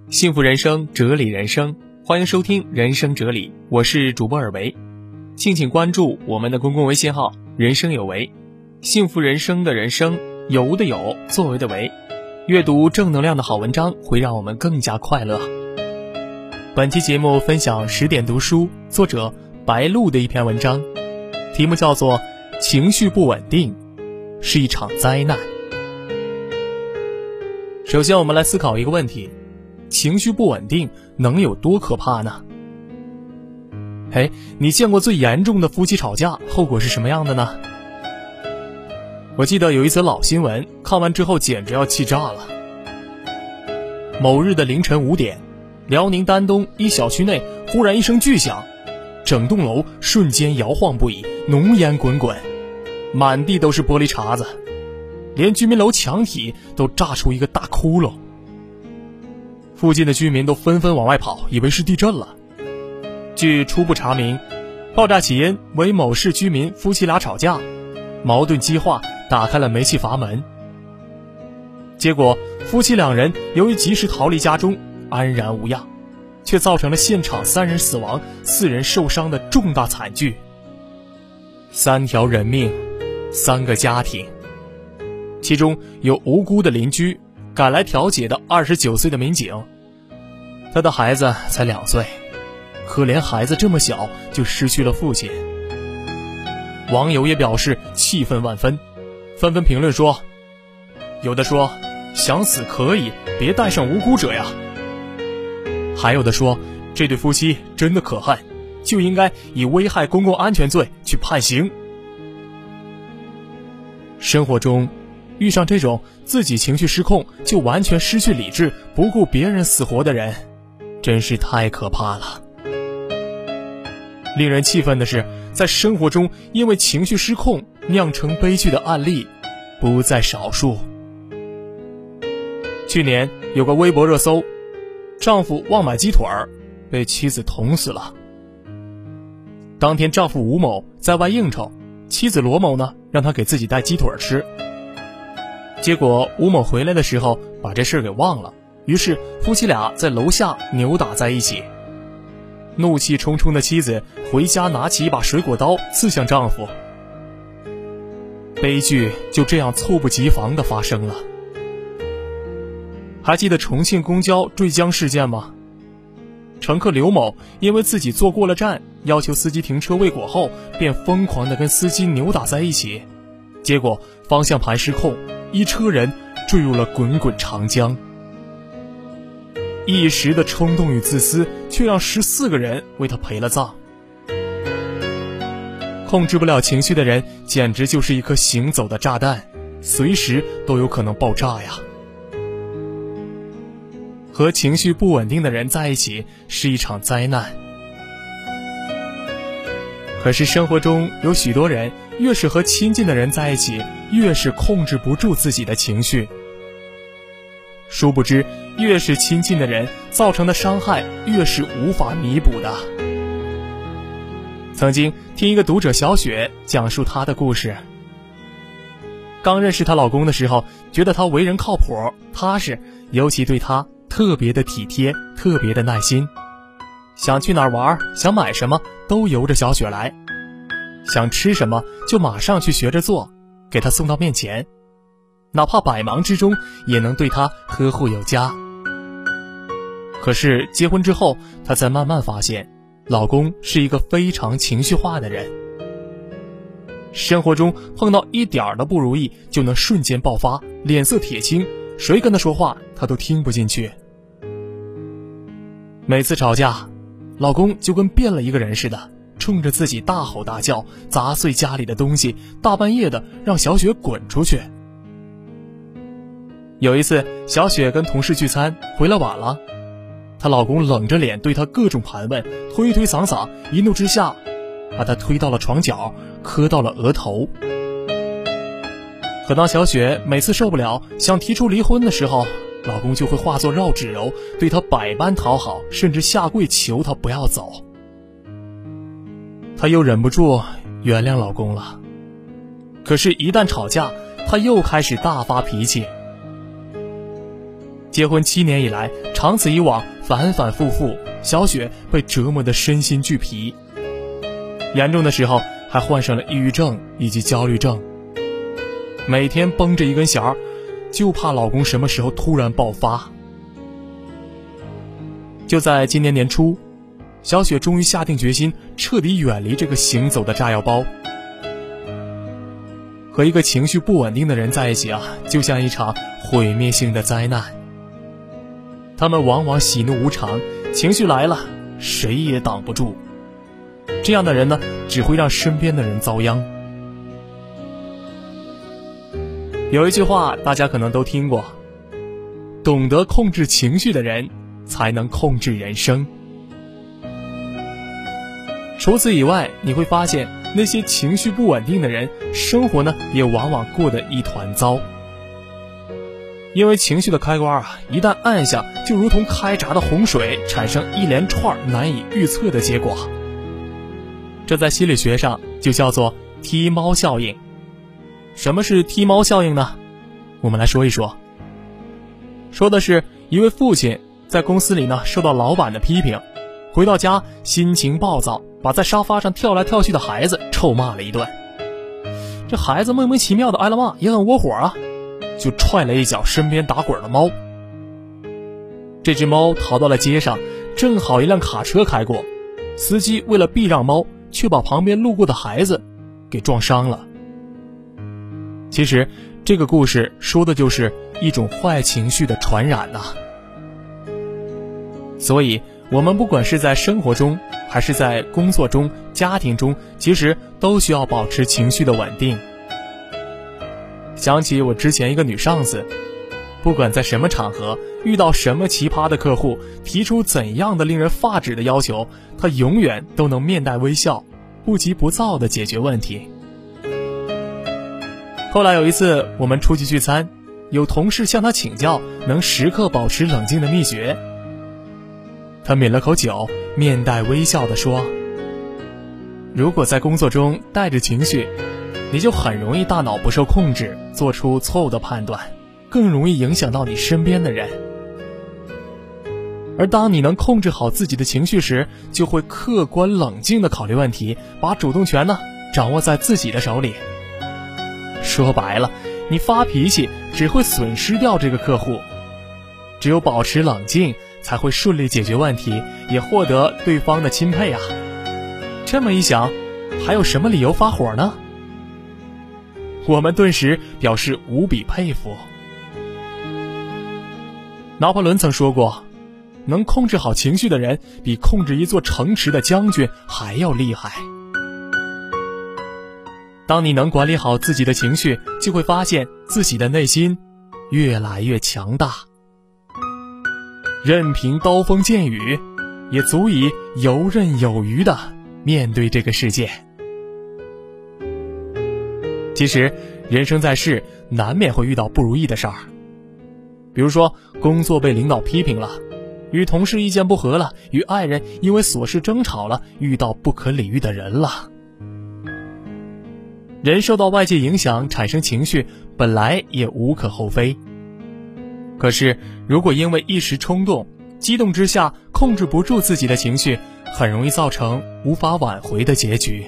幸福人生，哲理人生，欢迎收听人生哲理，我是主播尔维。敬请关注我们的公共微信号人生有为，幸福人生的人生，有无的有，作为的为。阅读正能量的好文章会让我们更加快乐。本期节目分享10点读书作者白露的一篇文章，题目叫做情绪不稳定是一场灾难。首先我们来思考一个问题，情绪不稳定能有多可怕呢？你见过最严重的夫妻吵架后果是什么样的呢？我记得有一则老新闻，看完之后简直要气炸了。某日的凌晨5点，辽宁丹东一小区内忽然一声巨响，整栋楼瞬间摇晃不已，浓烟滚滚，满地都是玻璃碴子，连居民楼墙体都炸出一个大窟窿。附近的居民都纷纷往外跑，以为是地震了。据初步查明，爆炸起因为某市居民夫妻俩吵架，矛盾激化，打开了煤气阀门。结果夫妻两人由于及时逃离家中，安然无恙，却造成了现场3人死亡、4人受伤的重大惨剧。3条人命，3个家庭，其中有无辜的邻居，赶来调解的29岁的民警，他的孩子才2岁，可怜孩子这么小就失去了父亲。网友也表示气愤万分，纷纷评论说，有的说想死可以，别带上无辜者呀，还有的说这对夫妻真的可恨，就应该以危害公共安全罪去判刑。生活中遇上这种自己情绪失控就完全失去理智，不顾别人死活的人，真是太可怕了。令人气愤的是，在生活中因为情绪失控酿成悲剧的案例不在少数。去年有个微博热搜，丈夫忘买鸡腿儿，被妻子捅死了。当天丈夫吴某在外应酬，妻子罗某呢让他给自己带鸡腿吃，结果吴某回来的时候把这事给忘了，于是夫妻俩在楼下扭打在一起。怒气冲冲的妻子回家拿起一把水果刀刺向丈夫，悲剧就这样猝不及防地发生了。还记得重庆公交坠江事件吗？乘客刘某因为自己坐过了站，要求司机停车未果后，便疯狂地跟司机扭打在一起，结果方向盘失控，一车人坠入了滚滚长江。一时的冲动与自私，却让14个人为他陪了葬。控制不了情绪的人，简直就是一颗行走的炸弹，随时都有可能爆炸呀。和情绪不稳定的人在一起是一场灾难。可是生活中有许多人，越是和亲近的人在一起，越是控制不住自己的情绪。殊不知，越是亲近的人，造成的伤害越是无法弥补的。曾经听一个读者小雪讲述她的故事。刚认识她老公的时候，觉得他为人靠谱踏实，尤其对她特别的体贴，特别的耐心。想去哪儿玩，想买什么都由着小雪来，想吃什么就马上去学着做，给她送到面前，哪怕百忙之中也能对她呵护有加。可是结婚之后，她才慢慢发现，老公是一个非常情绪化的人。生活中碰到一点都不如意，就能瞬间爆发，脸色铁青，谁跟他说话他都听不进去。每次吵架，老公就跟变了一个人似的，冲着自己大吼大叫，砸碎家里的东西，大半夜的让小雪滚出去。有一次小雪跟同事聚餐回来晚了，她老公冷着脸对她各种盘问，推推搡搡，一怒之下把她推到了床角，磕到了额头。可当小雪每次受不了想提出离婚的时候，老公就会化作绕指柔，对她百般讨好，甚至下跪求她不要走。她又忍不住原谅老公了，可是一旦吵架，她又开始大发脾气。 结婚7年以来，长此以往，反反复复，小雪被折磨得身心俱疲，严重的时候还患上了抑郁症以及焦虑症，每天绷着一根弦儿，就怕老公什么时候突然爆发。就在今年年初，小雪终于下定决心彻底远离这个行走的炸药包。和一个情绪不稳定的人在一起就像一场毁灭性的灾难。他们往往喜怒无常，情绪来了谁也挡不住，这样的人呢，只会让身边的人遭殃。有一句话大家可能都听过，懂得控制情绪的人才能控制人生。除此以外，你会发现那些情绪不稳定的人，生活呢也往往过得一团糟。因为情绪的开关一旦按下，就如同开闸的洪水，产生一连串难以预测的结果。这在心理学上就叫做踢猫效应。什么是踢猫效应呢？我们来说一说。说的是一位父亲在公司里呢受到老板的批评，回到家心情暴躁，把在沙发上跳来跳去的孩子臭骂了一顿。这孩子莫名其妙的挨了骂，也很窝火就踹了一脚身边打滚的猫。这只猫逃到了街上，正好一辆卡车开过，司机为了避让猫，却把旁边路过的孩子给撞伤了。其实这个故事说的就是一种坏情绪的传染所以我们不管是在生活中还是在工作中、家庭中，其实都需要保持情绪的稳定。想起我之前一个女上司，不管在什么场合，遇到什么奇葩的客户，提出怎样的令人发指的要求，她永远都能面带微笑，不急不躁地解决问题。后来有一次我们出去聚餐，有同事向她请教能时刻保持冷静的秘诀。她抿了口酒，面带微笑地说，如果在工作中带着情绪，你就很容易大脑不受控制，做出错误的判断，更容易影响到你身边的人。而当你能控制好自己的情绪时，就会客观冷静地考虑问题，把主动权呢掌握在自己的手里。说白了，你发脾气只会损失掉这个客户，只有保持冷静，才会顺利解决问题，也获得对方的钦佩这么一想，还有什么理由发火呢？我们顿时表示无比佩服。拿破仑曾说过，能控制好情绪的人，比控制一座城池的将军还要厉害。当你能管理好自己的情绪，就会发现自己的内心越来越强大，任凭刀锋剑雨，也足以游刃有余地面对这个世界。其实人生在世，难免会遇到不如意的事儿，比如说工作被领导批评了，与同事意见不合了，与爱人因为琐事争吵了，遇到不可理喻的人了。人受到外界影响产生情绪，本来也无可厚非。可是如果因为一时冲动，激动之下控制不住自己的情绪，很容易造成无法挽回的结局。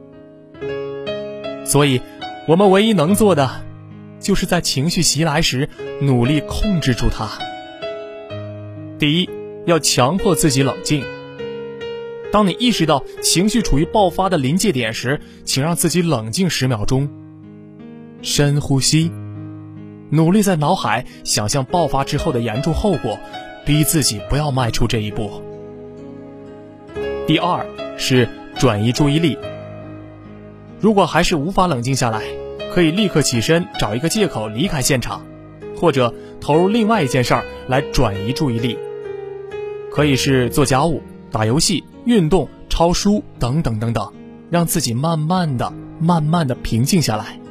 所以我们唯一能做的，就是在情绪袭来时努力控制住它。第一，要强迫自己冷静。当你意识到情绪处于爆发的临界点时，请让自己冷静10秒钟，深呼吸，努力在脑海想象爆发之后的严重后果，逼自己不要迈出这一步。第二是转移注意力。如果还是无法冷静下来，可以立刻起身找一个借口离开现场，或者投入另外一件事儿来转移注意力。可以是做家务、打游戏、运动、抄书等等等等，让自己慢慢的平静下来。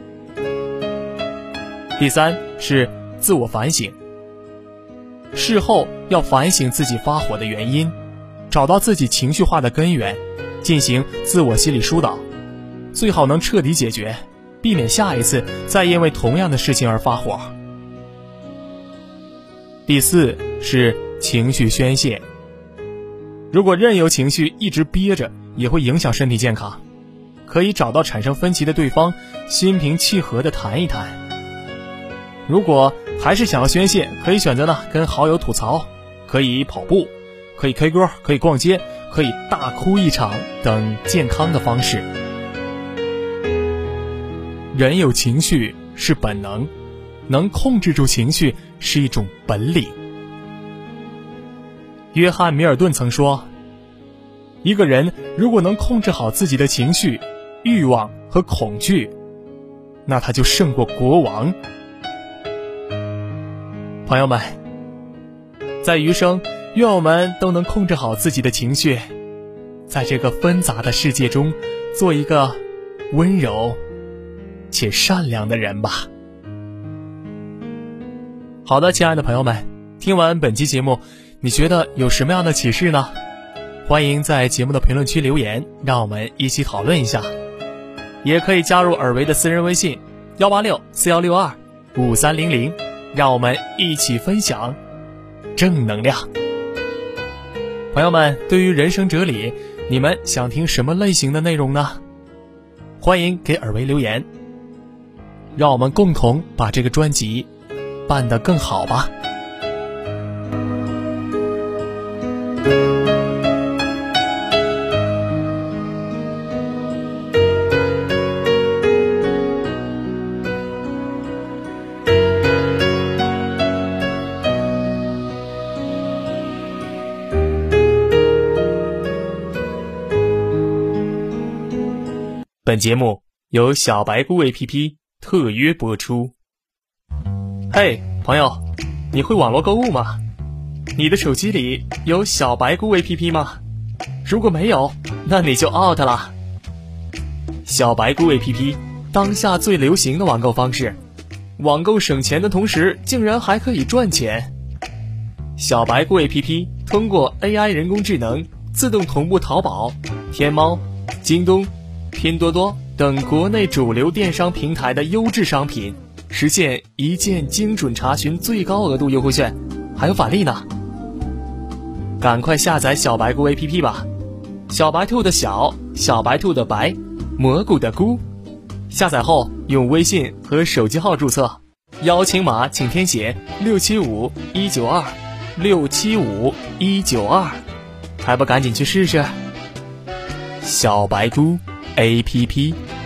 第三是自我反省。事后要反省自己发火的原因，找到自己情绪化的根源，进行自我心理疏导，最好能彻底解决，避免下一次再因为同样的事情而发火。第第4是情绪宣泄。如果任由情绪一直憋着，也会影响身体健康。可以找到产生分歧的对方，心平气和地谈一谈。如果还是想要宣泄，可以选择跟好友吐槽，可以跑步，可以 K 歌，可以逛街，可以大哭一场等健康的方式。人有情绪是本能，能控制住情绪是一种本领。约翰·米尔顿曾说，一个人如果能控制好自己的情绪、欲望和恐惧，那他就胜过国王。朋友们，在余生，愿我们都能控制好自己的情绪，在这个纷杂的世界中，做一个温柔且善良的人吧。好的，亲爱的朋友们，听完本期节目，你觉得有什么样的启示呢？欢迎在节目的评论区留言，让我们一起讨论一下。也可以加入尔维的私人微信18641625300，让我们一起分享正能量。朋友们，对于人生哲理，你们想听什么类型的内容呢？欢迎给尔维留言，让我们共同把这个专辑办得更好吧。本节目由小白菇 APP 特约播出。嘿，朋友，你会网络购物吗？你的手机里有小白菇 APP 吗？如果没有，那你就 out 了。小白菇 APP 当下最流行的网购方式，网购省钱的同时，竟然还可以赚钱。小白菇 APP 通过 AI 人工智能自动同步淘宝、天猫、京东、拼多多等国内主流电商平台的优质商品，实现一键精准查询最高额度优惠券，还有返利呢。赶快下载小白菇 APP 吧，小白兔的小，小白兔的白，蘑菇的菇。下载后用微信和手机号注册，邀请码请填写675192，675192，还不赶紧去试试？小白菇 APP。